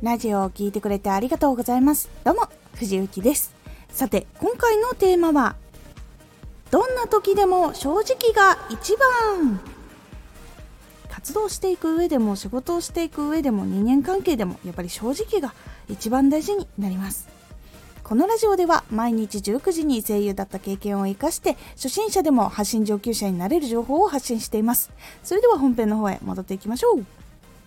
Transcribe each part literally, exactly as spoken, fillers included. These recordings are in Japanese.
ラジオを聞いてくれてありがとうございます。どうも藤幸です。さて今回のテーマは、どんな時でも正直が一番。活動していく上でも仕事をしていく上でも人間関係でもやっぱり正直が一番大事になります。このラジオでは毎日じゅうくじに声優だった経験を生かして初心者でも発信上級者になれる情報を発信しています。それでは本編の方へ戻っていきましょう。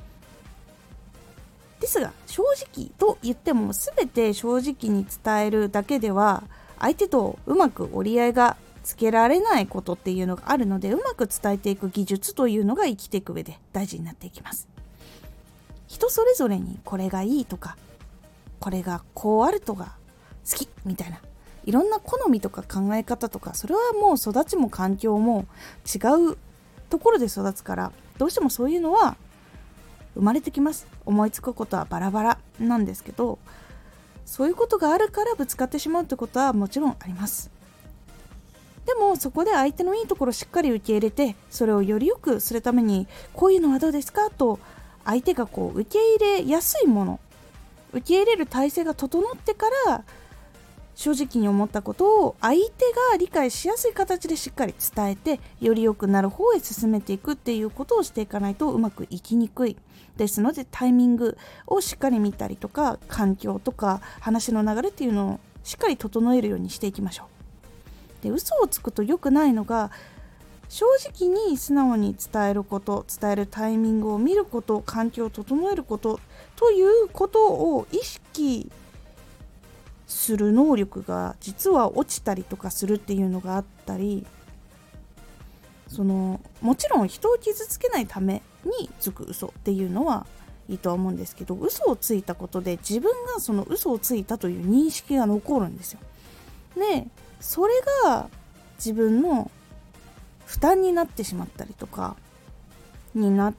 ですが正直と言っても全て正直に伝えるだけでは相手とうまく折り合いがつけられないことっていうのがあるので、うまく伝えていく技術というのが生きていく上で大事になっていきます。人それぞれにこれがいいとかこれがこうあるとが好きみたいないろんな好みとか考え方とか、それはもう育ちも環境も違うところで育つから、どうしてもそういうのは生まれてきます。思いつくことはバラバラなんですけど、そういうことがあるからぶつかってしまうってことはもちろんあります。でもそこで相手のいいところをしっかり受け入れて、それをより良くするためにこういうのはどうですかと相手がこう受け入れやすいもの、受け入れる体制が整ってから正直に思ったことを相手が理解しやすい形でしっかり伝えて、より良くなる方へ進めていくっていうことをしていかないとうまくいきにくいですので、タイミングをしっかり見たりとか、環境とか話の流れっていうのをしっかり整えるようにしていきましょう。で、嘘をつくと良くないのが、正直に素直に伝えること、伝えるタイミングを見ること、環境を整えることということを意識する能力が実は落ちたりとかするっていうのがあったり、そのもちろん人を傷つけないためにつく嘘っていうのはいいとは思うんですけど、嘘をついたことで自分がその嘘をついたという認識が残るんですよ。で、それが自分の負担になってしまったりとかになって、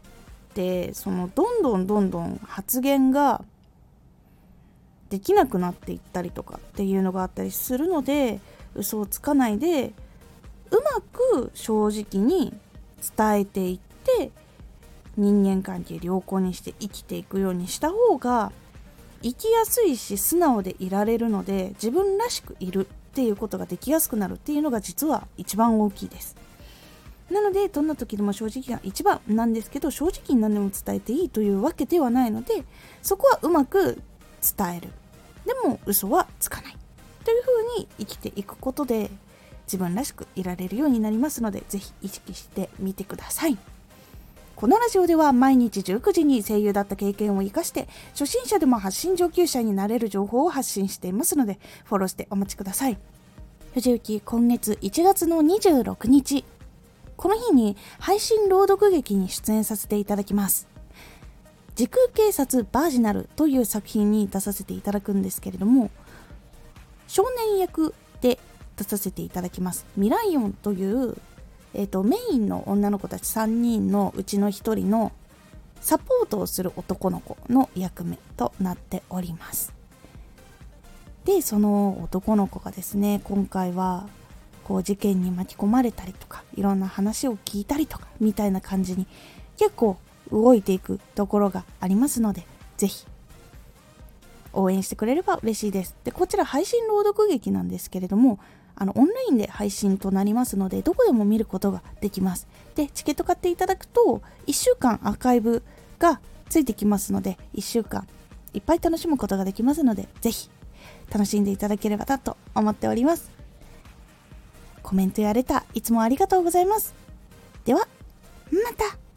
そのどんどんどんどん発言ができなくなっていったりとかっていうのがあったりするので、嘘をつかないでうまく正直に伝えていって人間関係良好にして生きていくようにした方が生きやすいし、素直でいられるので、自分らしくいるっていうことができやすくなるっていうのが実は一番大きいです。なのでどんな時でも正直が一番なんですけど、正直に何でも伝えていいというわけではないので、そこはうまく伝える、でも嘘はつかないという風に生きていくことで自分らしくいられるようになりますので、ぜひ意識してみてください。このラジオでは毎日じゅうくじに声優だった経験を生かして初心者でも発信上級者になれる情報を発信していますので、フォローしてお待ちください。藤幸、今月いちがつのにじゅうろくにち、この日に配信朗読劇に出演させていただきます。時空警察バージナルという作品に出させていただくんですけれども、少年役で出させていただきますミライオンという、えーと、メインの女の子たちさんにんのうちのひとりのサポートをする男の子の役目となっております。で、その男の子がですね、今回はこう事件に巻き込まれたりとか、いろんな話を聞いたりとかみたいな感じに結構動いていくところがありますので、ぜひ応援してくれれば嬉しいです。で、こちら配信朗読劇なんですけれども、あのオンラインで配信となりますので、どこでも見ることができます。で、チケット買っていただくといっしゅうかんアーカイブがついてきますので、いっしゅうかんいっぱい楽しむことができますので、ぜひ楽しんでいただければなと思っております。コメントやレターいつもありがとうございます。ではまた。